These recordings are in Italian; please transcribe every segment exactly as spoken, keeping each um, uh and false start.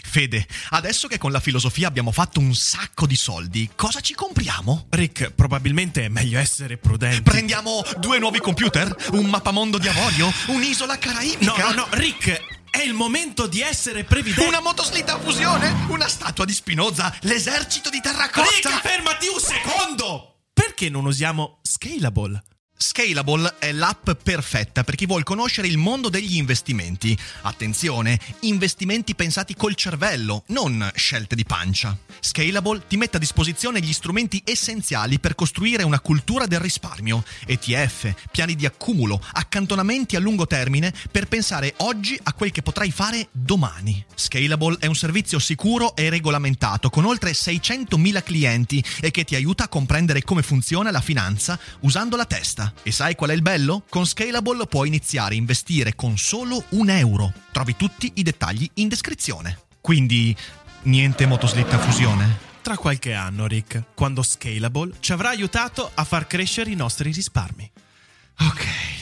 Fede, adesso che con la filosofia abbiamo fatto un sacco di soldi, cosa ci compriamo? Rick, probabilmente è meglio essere prudenti. Prendiamo due nuovi computer? Un mappamondo di avorio? Un'isola caraibica? No, no, no, Rick, è il momento di essere previdenti. Una motoslitta a fusione? Una statua di Spinoza? L'esercito di terracotta? Rick, fermati un secondo! Perché non usiamo Scalable? Scalable è l'app perfetta per chi vuol conoscere il mondo degli investimenti. Attenzione, investimenti pensati col cervello, non scelte di pancia. Scalable ti mette a disposizione gli strumenti essenziali per costruire una cultura del risparmio, E T F, piani di accumulo, accantonamenti a lungo termine per pensare oggi a quel che potrai fare domani. Scalable è un servizio sicuro e regolamentato con oltre seicentomila clienti e che ti aiuta a comprendere come funziona la finanza usando la testa. E sai qual è il bello? Con Scalable puoi iniziare a investire con solo un euro. Trovi tutti i dettagli in descrizione. Quindi, niente motoslitta a fusione? Tra qualche anno, Rick, quando Scalable ci avrà aiutato a far crescere i nostri risparmi. Ok.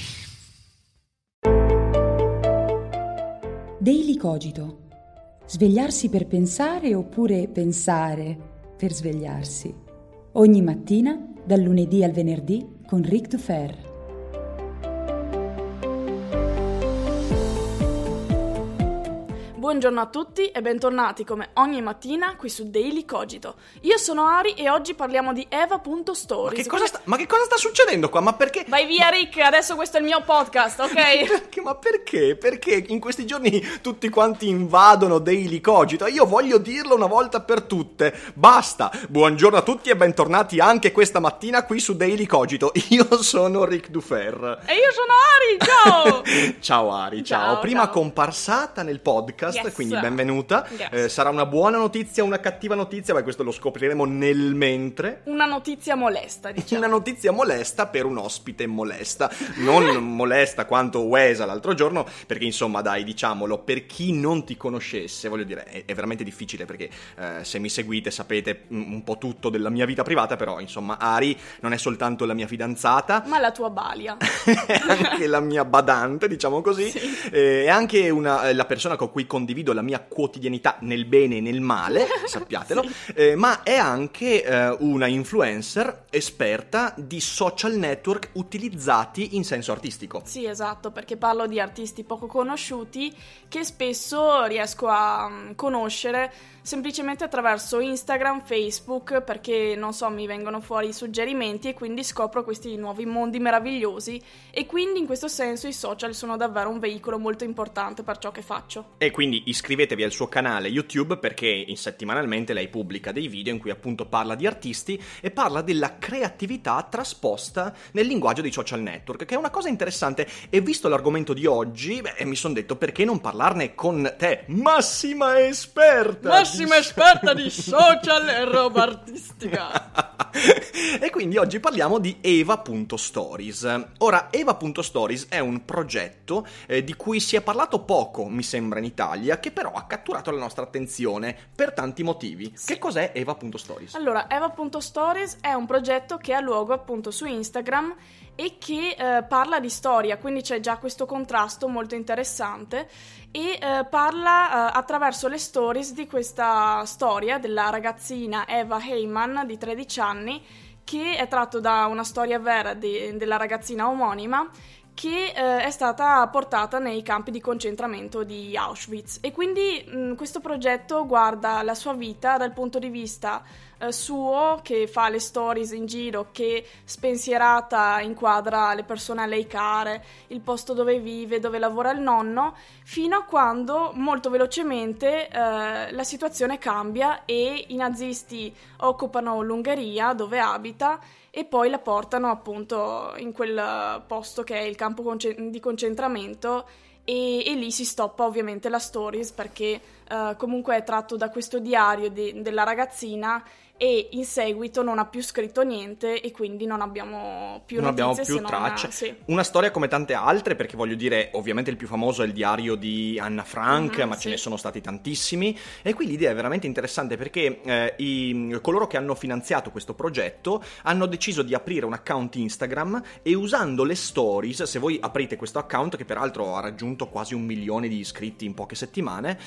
Daily Cogito. Svegliarsi per pensare oppure pensare per svegliarsi. Ogni mattina, dal lunedì al venerdì, con Rick Dufer. Buongiorno a tutti e bentornati come ogni mattina qui su Daily Cogito. Io sono Ari e oggi parliamo di Eva.Stories. Ma che cosa sta, ma che cosa sta succedendo qua? Ma perché? Vai via Rick, adesso questo è il mio podcast, ok? Perché, ma perché? Perché in questi giorni tutti quanti invadono Daily Cogito? Io voglio dirlo una volta per tutte. Basta! Buongiorno a tutti e bentornati anche questa mattina qui su Daily Cogito. Io sono Rick Dufer. E io sono Ari, ciao! Ciao Ari, ciao. Ciao, Prima ciao. comparsata nel podcast. Yes. Quindi benvenuta. Yes. Eh, sarà una buona notizia, una cattiva notizia, beh, questo lo scopriremo nel mentre. Una notizia molesta, diciamo. Una notizia molesta per un ospite molesta. Non molesta quanto Wesa l'altro giorno, perché insomma, dai, diciamolo, per chi non ti conoscesse, voglio dire, è, è veramente difficile perché eh, se mi seguite sapete un po' tutto della mia vita privata, però insomma, Ari non è soltanto la mia fidanzata, Ma la tua balia. è anche la mia badante, diciamo così, Sì. eh, è anche una, la persona con cui condivido la mia quotidianità nel bene e nel male, sappiatelo, Sì. eh, ma è anche eh, una influencer esperta di social network utilizzati in senso artistico. Sì, esatto, perché parlo di artisti poco conosciuti che spesso riesco a um, conoscere semplicemente attraverso Instagram, Facebook, perché, non so, mi vengono fuori i suggerimenti e quindi scopro questi nuovi mondi meravigliosi e quindi in questo senso i social sono davvero un veicolo molto importante per ciò che faccio. E quindi iscrivetevi al suo canale YouTube perché in settimanalmente lei pubblica dei video in cui appunto parla di artisti e parla della creatività trasposta nel linguaggio dei social network, che è una cosa interessante. E visto l'argomento di oggi, beh, mi sono detto perché non parlarne con te, massima esperta! Massima esperta di social e roba artistica! E quindi oggi parliamo di Eva.Stories. Ora, Eva.Stories è un progetto eh, di cui si è parlato poco, mi sembra, in Italia, che però ha catturato la nostra attenzione per tanti motivi. Sì. Che cos'è Eva.Stories? Allora, Eva.Stories è un progetto che ha luogo appunto su Instagram e che eh, parla di storia, quindi c'è già questo contrasto molto interessante e eh, parla eh, attraverso le stories di questa storia della ragazzina Eva Heyman di tredici anni, che è tratto da una storia vera de- della ragazzina omonima che eh, è stata portata nei campi di concentramento di Auschwitz. E quindi mh, questo progetto guarda la sua vita dal punto di vista eh, suo, che fa le stories in giro, che spensierata inquadra le persone a lei care, il posto dove vive, dove lavora il nonno, fino a quando molto velocemente eh, la situazione cambia e i nazisti occupano l'Ungheria dove abita e poi la portano appunto in quel posto che è il campo conce- di concentramento e, e lì si stoppa ovviamente la stories perché uh, comunque è tratto da questo diario di, della ragazzina e in seguito non ha più scritto niente e quindi non abbiamo più non notizie, abbiamo più se non tracce. Una, sì. Una storia come tante altre, perché voglio dire, ovviamente il più famoso è il diario di Anna Frank, Mm-hmm, ma sì. ce ne sono stati tantissimi, e qui l'idea è veramente interessante perché eh, i, coloro che hanno finanziato questo progetto hanno deciso di aprire un account Instagram e usando le stories, se voi aprite questo account che peraltro ha raggiunto quasi un milione di iscritti in poche settimane, eh,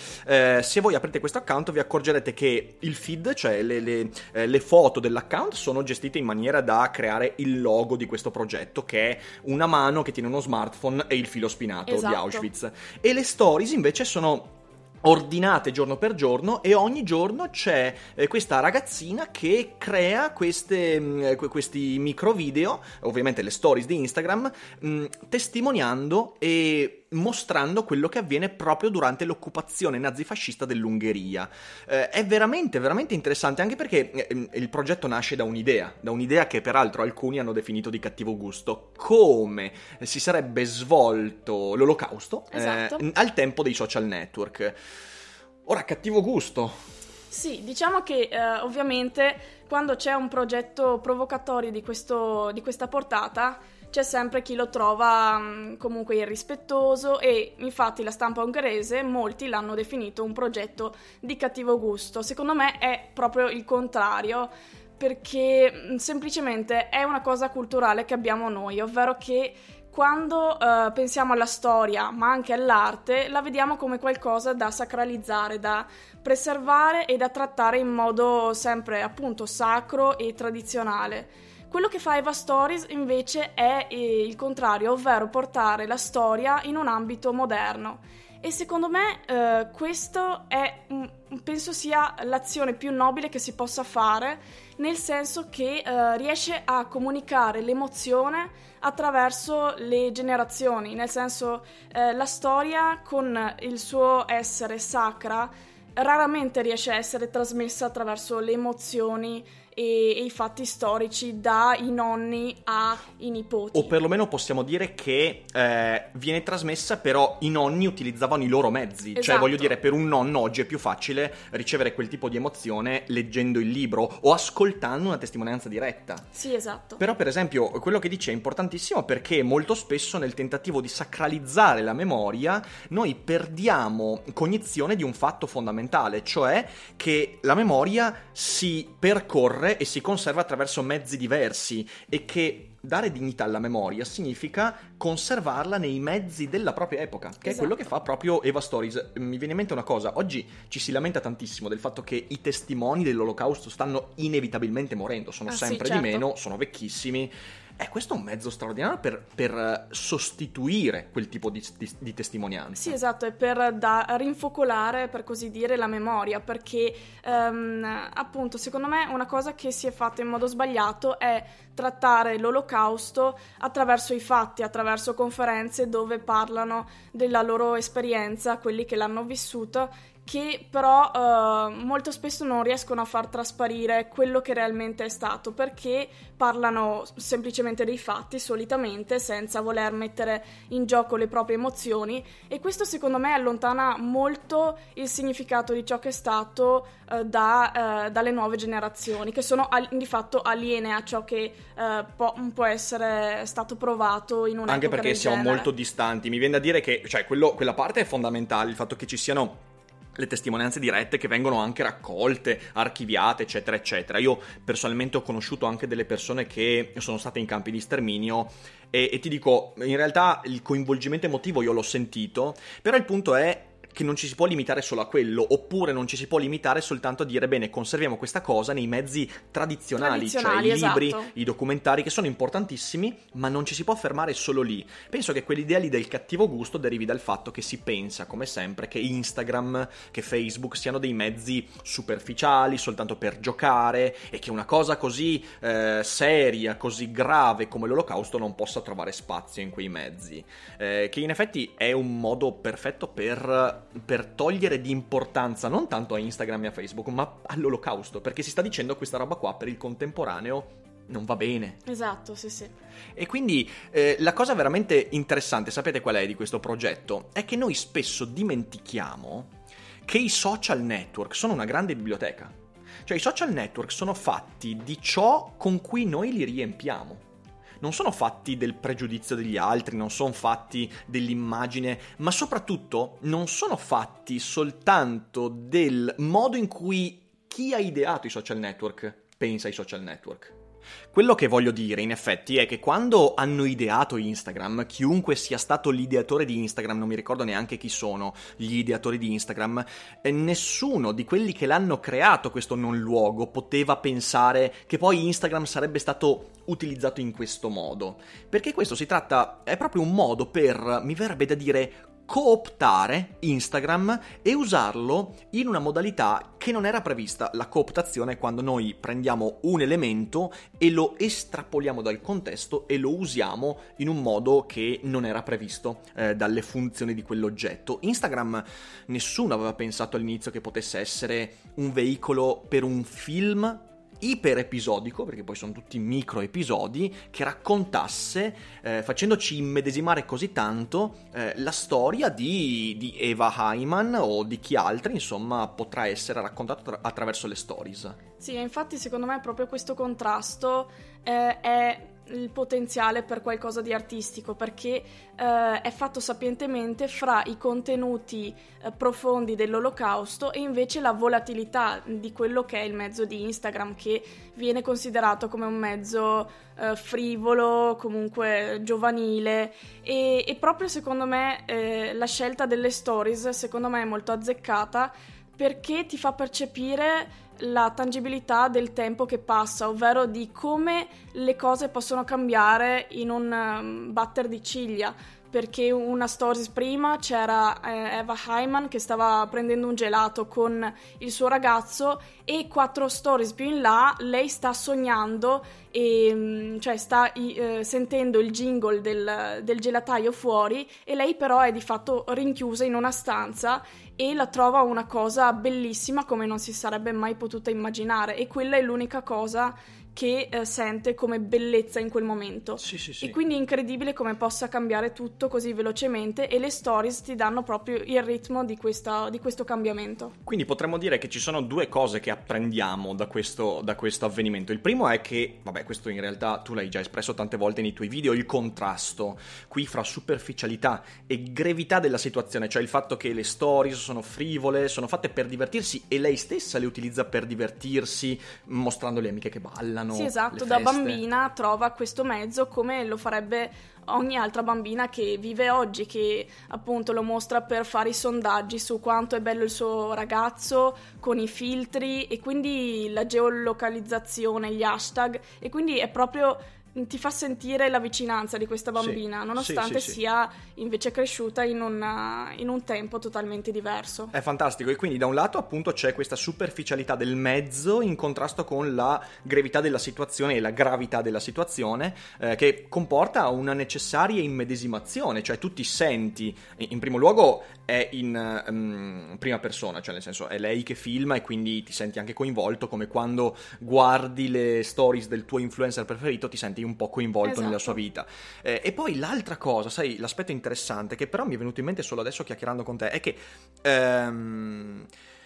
eh, se voi aprite questo account vi accorgerete che il feed, cioè le, le, eh, le foto dell'account, sono gestite in maniera da creare il logo di questo progetto, che è una mano che tiene uno smartphone e il filo spinato Esatto. di Auschwitz. E le stories invece sono ordinate giorno per giorno, e ogni giorno c'è eh, questa ragazzina che crea queste, mh, questi micro video, ovviamente le stories di Instagram, mh, testimoniando e mostrando quello che avviene proprio durante l'occupazione nazifascista dell'Ungheria. Eh, è veramente, veramente interessante, anche perché eh, il progetto nasce da un'idea, da un'idea che peraltro alcuni hanno definito di cattivo gusto: come si sarebbe svolto l'Olocausto Esatto. eh, al tempo dei social network. Ora, cattivo gusto. Sì, diciamo che eh, ovviamente quando c'è un progetto provocatorio di, questo, di questa portata c'è sempre chi lo trova mh, comunque irrispettoso, e infatti la stampa ungherese molti l'hanno definito un progetto di cattivo gusto. Secondo me è proprio il contrario, perché mh, semplicemente è una cosa culturale che abbiamo noi, ovvero che quando uh, pensiamo alla storia, ma anche all'arte, la vediamo come qualcosa da sacralizzare, da preservare e da trattare in modo sempre appunto sacro e tradizionale. Quello che fa Eva Stories invece è eh, il contrario, ovvero portare la storia in un ambito moderno. E secondo me eh, questo è, penso sia l'azione più nobile che si possa fare, nel senso che eh, riesce a comunicare l'emozione attraverso le generazioni, nel senso eh, la storia con il suo essere sacra raramente riesce a essere trasmessa attraverso le emozioni e, e i fatti storici dai nonni ai nipoti. O perlomeno possiamo dire che eh, viene trasmessa, però i nonni utilizzavano i loro mezzi. Esatto. Cioè, voglio dire, per un nonno oggi è più facile ricevere quel tipo di emozione leggendo il libro o ascoltando una testimonianza diretta. Sì, esatto. Però, per esempio, quello che dice è importantissimo, perché molto spesso nel tentativo di sacralizzare la memoria noi perdiamo cognizione di un fatto fondamentale, cioè che la memoria si percorre e si conserva attraverso mezzi diversi, e che dare dignità alla memoria significa conservarla nei mezzi della propria epoca, che Esatto. è quello che fa proprio Eva Stories. Mi viene in mente una cosa: oggi ci si lamenta tantissimo del fatto che i testimoni dell'Olocausto stanno inevitabilmente morendo, sono Ah, sì, sempre certo. di meno, sono vecchissimi. E questo è un mezzo straordinario per, per sostituire quel tipo di, di, di testimonianza. Sì, esatto, è per da, rinfocolare, per così dire, la memoria, perché ehm, appunto secondo me una cosa che si è fatta in modo sbagliato è trattare l'Olocausto attraverso i fatti, attraverso conferenze dove parlano della loro esperienza, quelli che l'hanno vissuto, che però eh, molto spesso non riescono a far trasparire quello che realmente è stato, perché parlano semplicemente dei fatti, solitamente, senza voler mettere in gioco le proprie emozioni, e questo secondo me allontana molto il significato di ciò che è stato eh, da, eh, dalle nuove generazioni, che sono al- di fatto aliene a ciò che eh, può, può essere stato provato in un'epoca Anche perché del siamo genere. molto distanti. Mi viene da dire che, cioè, quello, quella parte è fondamentale, il fatto che ci siano le testimonianze dirette che vengono anche raccolte, archiviate, eccetera, eccetera. Io personalmente ho conosciuto anche delle persone che sono state in campi di sterminio e, e ti dico, in realtà il coinvolgimento emotivo io l'ho sentito, però il punto è che non ci si può limitare solo a quello, oppure non ci si può limitare soltanto a dire bene, conserviamo questa cosa nei mezzi tradizionali, Tradizionali, cioè i libri, esatto. i documentari, che sono importantissimi, ma non ci si può fermare solo lì. Penso che quell'idea lì del cattivo gusto derivi dal fatto che si pensa, come sempre, che Instagram, che Facebook siano dei mezzi superficiali, soltanto per giocare, e che una cosa così eh, seria, così grave come l'Olocausto non possa trovare spazio in quei mezzi. Eh, che in effetti è un modo perfetto per per togliere di importanza non tanto a Instagram e a Facebook, ma all'Olocausto, perché si sta dicendo questa roba qua per il contemporaneo non va bene. Esatto, sì, sì. E quindi eh, la cosa veramente interessante, sapete qual è di questo progetto? È che noi spesso dimentichiamo che i social network sono una grande biblioteca. Cioè i social network sono fatti di ciò con cui noi li riempiamo. Non sono fatti del pregiudizio degli altri, non sono fatti dell'immagine, ma soprattutto non sono fatti soltanto del modo in cui chi ha ideato i social network pensa ai social network. Quello che voglio dire, in effetti, è che quando hanno ideato Instagram, chiunque sia stato l'ideatore di Instagram, non mi ricordo neanche chi sono gli ideatori di Instagram, eh, nessuno di quelli che l'hanno creato questo non luogo poteva pensare che poi Instagram sarebbe stato utilizzato in questo modo. Perché questo si tratta, è proprio un modo per, mi verrebbe da dire, cooptare Instagram e usarlo in una modalità che non era prevista. La cooptazione è quando noi prendiamo un elemento e lo estrapoliamo dal contesto e lo usiamo in un modo che non era previsto eh, dalle funzioni di quell'oggetto. Instagram, nessuno aveva pensato all'inizio che potesse essere un veicolo per un film iper episodico, perché poi sono tutti micro episodi, che raccontasse, eh, facendoci immedesimare così tanto, eh, la storia di, di Eva Hyman o di chi altri, insomma, potrà essere raccontato tra- attraverso le stories. Sì, infatti secondo me proprio questo contrasto eh, è il potenziale per qualcosa di artistico, perché eh, è fatto sapientemente fra i contenuti eh, profondi dell'Olocausto e invece la volatilità di quello che è il mezzo di Instagram, che viene considerato come un mezzo eh, frivolo, comunque giovanile, e, e proprio secondo me eh, la scelta delle stories secondo me è molto azzeccata, perché ti fa percepire la tangibilità del tempo che passa, ovvero di come le cose possono cambiare in un um, batter di ciglia. Perché una stories prima c'era eh, Eva Hyman che stava prendendo un gelato con il suo ragazzo, e quattro stories più in là lei sta sognando e cioè sta eh, sentendo il jingle del, del gelataio fuori, e lei però è di fatto rinchiusa in una stanza e la trova una cosa bellissima come non si sarebbe mai potuta immaginare, e quella è l'unica cosa che eh, sente come bellezza in quel momento. Sì, sì, sì. E quindi è incredibile come possa cambiare tutto così velocemente, e le stories ti danno proprio il ritmo di, questa, di questo cambiamento. Quindi potremmo dire che ci sono due cose che apprendiamo da questo, da questo avvenimento. Il primo è che, vabbè, questo in realtà tu l'hai già espresso tante volte nei tuoi video, il contrasto qui fra superficialità e gravità della situazione, cioè il fatto che le stories sono frivole, sono fatte per divertirsi, e lei stessa le utilizza per divertirsi, mostrando le amiche che ballano. Sì, esatto, da bambina trova questo mezzo come lo farebbe ogni altra bambina che vive oggi, che appunto lo mostra per fare i sondaggi su quanto è bello il suo ragazzo, con i filtri, e quindi la geolocalizzazione, gli hashtag, e quindi è proprio ti fa sentire la vicinanza di questa bambina, sì, nonostante sì, sì, sia invece cresciuta in, una, in un tempo totalmente diverso. È fantastico, e quindi da un lato appunto c'è questa superficialità del mezzo in contrasto con la gravità della situazione e la gravità della situazione, eh, che comporta una necessaria immedesimazione, cioè tu ti senti, in primo luogo è in um, prima persona, cioè nel senso è lei che filma, e quindi ti senti anche coinvolto, come quando guardi le stories del tuo influencer preferito, ti senti un po' coinvolto, esatto, nella sua vita. Eh, e poi l'altra cosa, sai, l'aspetto interessante che però mi è venuto in mente solo adesso chiacchierando con te, è che ehm,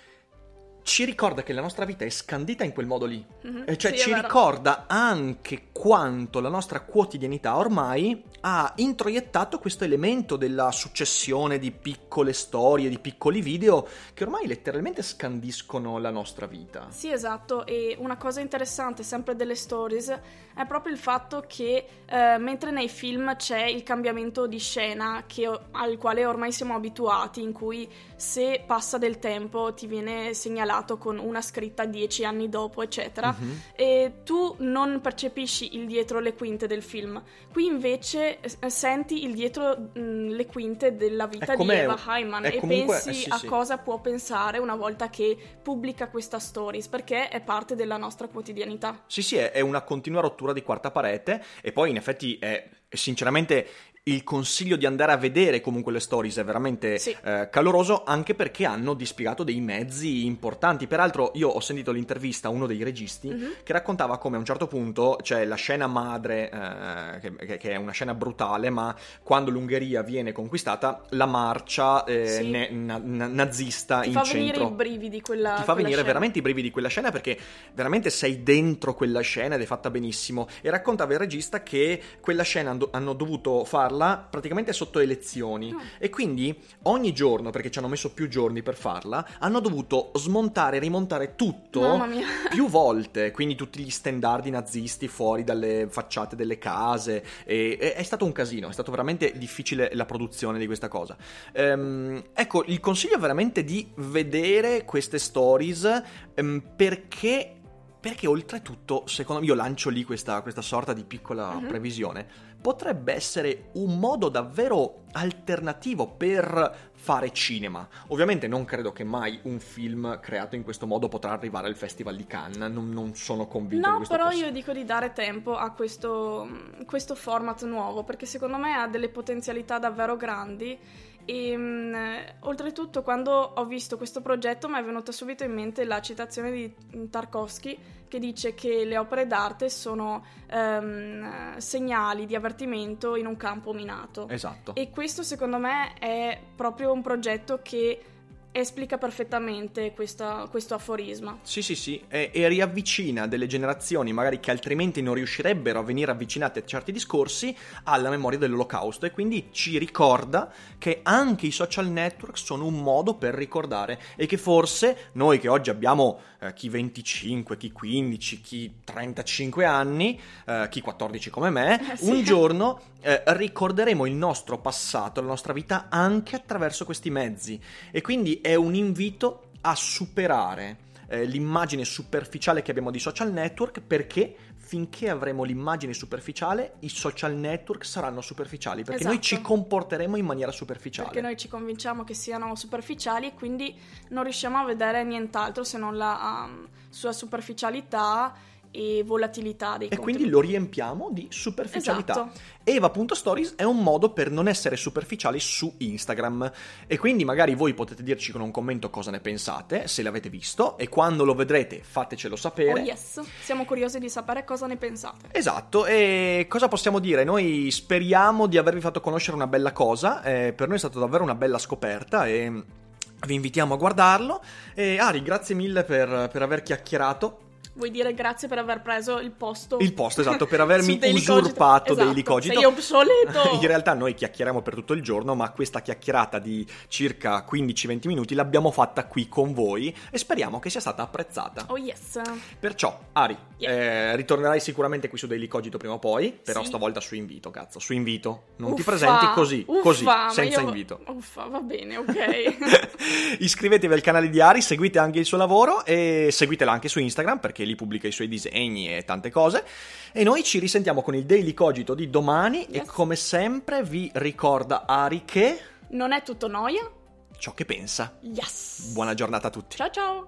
ci ricorda che la nostra vita è scandita in quel modo lì, mm-hmm, eh, cioè sì, ci ricorda anche quanto la nostra quotidianità ormai ha introiettato questo elemento della successione di piccole storie, di piccoli video che ormai letteralmente scandiscono la nostra vita. Sì, esatto, e una cosa interessante sempre delle stories è proprio il fatto che eh, mentre nei film c'è il cambiamento di scena che, al quale ormai siamo abituati, in cui se passa del tempo ti viene segnalato con una scritta dieci anni dopo, eccetera, mm-hmm, e tu non percepisci il dietro le quinte del film. Qui invece eh, senti il dietro mh, le quinte della vita di Eva Hyman, e comunque, pensi eh, sì, a sì. cosa può pensare una volta che pubblica questa stories, perché è parte della nostra quotidianità. Sì, sì, è, è una continua rottura di quarta parete, e poi in effetti è, è sinceramente il consiglio di andare a vedere comunque le stories è veramente sì. eh, caloroso, anche perché hanno dispiegato dei mezzi importanti. Peraltro io ho sentito l'intervista a uno dei registi, mm-hmm, che raccontava come a un certo punto c'è la scena madre, eh, che, che è una scena brutale, ma quando l'Ungheria viene conquistata, la marcia eh, sì. ne, na, na, nazista ti in fa centro. Ti fa venire i brividi quella Ti fa quella venire scena. veramente i brividi quella scena, perché veramente sei dentro quella scena ed è fatta benissimo. E raccontava il regista che quella scena hanno dovuto farla farla praticamente sotto elezioni, oh. e quindi ogni giorno, perché ci hanno messo più giorni per farla, hanno dovuto smontare e rimontare tutto più volte, quindi tutti gli stendardi nazisti fuori dalle facciate delle case, e, e è stato un casino, è stato veramente difficile la produzione di questa cosa. Ehm, ecco, il consiglio è veramente di vedere queste stories, ehm, perché perché oltretutto, secondo me, io lancio lì questa, questa sorta di piccola mm-hmm. previsione, potrebbe essere un modo davvero alternativo per fare cinema. Ovviamente non credo che mai un film creato in questo modo potrà arrivare al Festival di Cannes, non, non sono convinto no, di questo. No, però poss- io dico di dare tempo a questo, questo format nuovo, perché secondo me ha delle potenzialità davvero grandi. E mh, oltretutto, quando ho visto questo progetto mi è venuta subito in mente la citazione di Tarkovsky, che dice che le opere d'arte sono um, segnali di avvertimento in un campo minato. Esatto. E questo secondo me è proprio un progetto che esplica perfettamente questa, questo aforisma. Sì, sì, sì, e, e riavvicina delle generazioni magari che altrimenti non riuscirebbero a venire avvicinate a certi discorsi alla memoria dell'Olocausto, e quindi ci ricorda che anche i social network sono un modo per ricordare, e che forse noi che oggi abbiamo eh, chi venticinque, chi quindici, chi trentacinque anni, eh, chi quattordici come me, eh, sì. un giorno eh, ricorderemo il nostro passato, la nostra vita anche attraverso questi mezzi, e quindi è un invito a superare eh, l'immagine superficiale che abbiamo di social network, perché finché avremo l'immagine superficiale, i social network saranno superficiali, perché esatto. noi ci comporteremo in maniera superficiale. Perché noi ci convinciamo che siano superficiali e quindi non riusciamo a vedere nient'altro se non la um, sua superficialità e volatilità dei e contenuti. Quindi lo riempiamo di superficialità. Esatto. Eva.stories è un modo per non essere superficiali su Instagram, e quindi magari voi potete dirci con un commento cosa ne pensate, se l'avete visto, e quando lo vedrete fatecelo sapere. Oh yes, siamo curiosi di sapere cosa ne pensate. Esatto, e cosa possiamo dire? Noi speriamo di avervi fatto conoscere una bella cosa, eh, per noi è stata davvero una bella scoperta e vi invitiamo a guardarlo. E Ari, grazie mille per, per aver chiacchierato. Vuoi dire grazie per aver preso il posto? Il posto, esatto, per avermi usurpato usurpato esatto, Daily Cogito. Sei obsoleto! In realtà noi chiacchieriamo per tutto il giorno, ma questa chiacchierata di circa quindici venti minuti l'abbiamo fatta qui con voi e speriamo che sia stata apprezzata. Oh yes! Perciò, Ari, yeah. eh, ritornerai sicuramente qui su Daily Cogito prima o poi, però sì. stavolta su invito, cazzo, su invito. Non uffa, ti presenti così, uffa, così, senza io... invito. Uffa, va bene, ok. Iscrivetevi al canale di Ari, seguite anche il suo lavoro e seguitela anche su Instagram, perché lì pubblica i suoi disegni e tante cose. E noi ci risentiamo con il Daily Cogito di domani. Yes. E come sempre vi ricorda Ari che non è tutto noia, ciò che pensa. Yes. Buona giornata a tutti. Ciao ciao.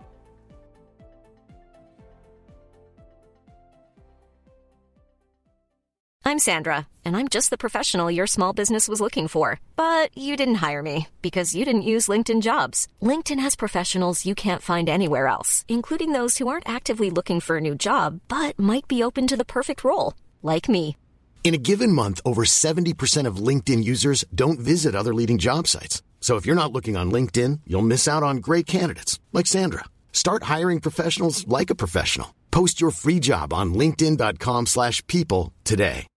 I'm Sandra, and I'm just the professional your small business was looking for. But you didn't hire me because you didn't use LinkedIn Jobs. LinkedIn has professionals you can't find anywhere else, including those who aren't actively looking for a new job, but might be open to the perfect role, like me. In a given month, over seventy percent of LinkedIn users don't visit other leading job sites. So if you're not looking on LinkedIn, you'll miss out on great candidates, like Sandra. Start hiring professionals like a professional. Post your free job on linkedin dot com slash people today.